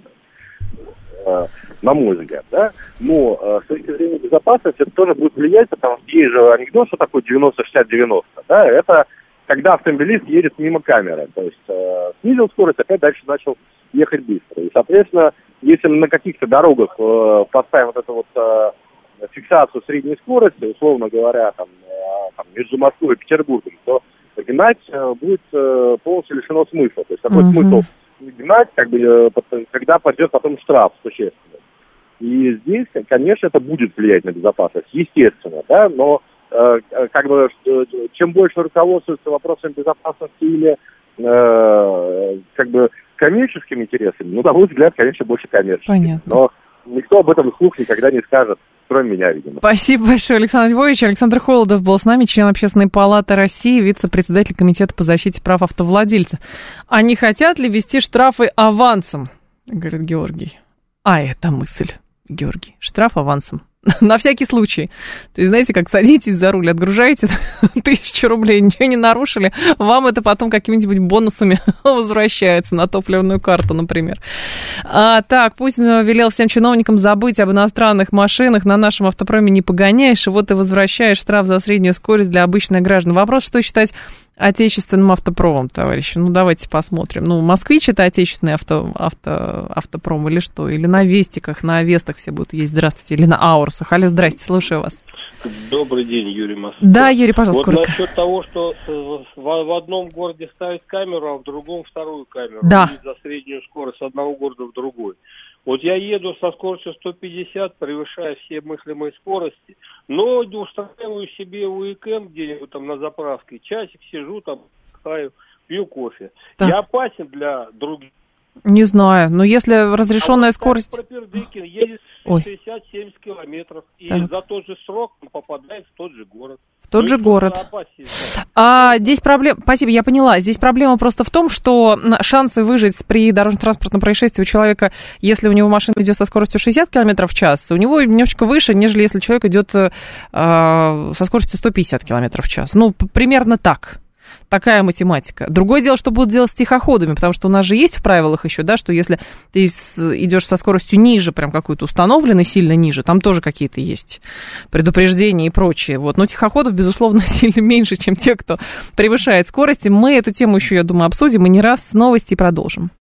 Speaker 8: На мой взгляд, да. Но с точки зрения безопасности это тоже будет влиять, потому что есть же анекдот, что такое 90-60-90, да, это когда автомобилист едет мимо камеры, то есть снизил скорость, опять дальше начал ехать быстро. И, соответственно, если мы на каких-то дорогах поставим вот эту вот фиксацию средней скорости, условно говоря, там между Москвой и Петербургом, то гнать будет полностью лишено смысла. То есть какой смысл гнать, как бы, когда пойдет потом штраф существенный. И здесь, конечно, это будет влиять на безопасность, естественно, да, но как бы чем больше руководствуется вопросом безопасности или как бы коммерческими интересами, на мой взгляд, конечно, больше коммерческих.
Speaker 2: Понятно.
Speaker 8: Но никто об этом вслух никогда не скажет, кроме меня, видимо.
Speaker 2: Спасибо большое, Александр Львович. Александр Холодов был с нами, член Общественной палаты России, вице-председатель Комитета по защите прав автовладельцев. А не хотят ли ввести штрафы авансом, говорит Георгий. Это мысль, Георгий. Штраф авансом. На всякий случай. То есть, знаете, как садитесь за руль, отгружаете 1000 рублей, ничего не нарушили, вам это потом какими-нибудь бонусами возвращается на топливную карту, например. Так, Путин велел всем чиновникам забыть об иностранных машинах, на нашем автопроме не погоняешь, и вот ты возвращаешь штраф за среднюю скорость для обычных граждан. Вопрос, что считать отечественным автопромом, товарищи? Давайте посмотрим. Москвич это отечественный автопром или что? Или на Вестиках, на Вестах все будут ездить, здравствуйте, или на Аурсах. Алло, здрасте, слушаю вас.
Speaker 9: Добрый день, Юрий Москва.
Speaker 2: Да, Юрий, пожалуйста,
Speaker 9: вот
Speaker 2: коротко.
Speaker 9: Насчет того, что в одном городе ставить камеру, а в другом вторую камеру.
Speaker 2: Да.
Speaker 9: За среднюю скорость с одного города в другой. Вот я еду со скоростью 150, превышая все мыслимые скорости, но устраиваю себе уикенд где-нибудь там на заправке, часик сижу там, пью кофе. Так. Я опасен для других.
Speaker 2: Не знаю, но если разрешенная скорость...
Speaker 9: Пропердыкин едет 60-70 километров. И за тот же срок он попадает в тот же город.
Speaker 2: Тот же город. Здесь проблема, спасибо, я поняла. Здесь проблема просто в том, что шансы выжить при дорожно-транспортном происшествии у человека, если у него машина идет со скоростью 60 км в час, у него немножечко выше, нежели если человек идет со скоростью 150 км в час. Ну, примерно так. Такая математика. Другое дело, что будут делать с тихоходами, потому что у нас же есть в правилах еще, да, что если ты идешь со скоростью ниже, прям какой-то установленной, сильно ниже, там тоже какие-то есть предупреждения и прочее. Вот. Но тихоходов, безусловно, сильно меньше, чем те, кто превышает скорости. Мы эту тему еще, я думаю, обсудим и не раз с новостей продолжим.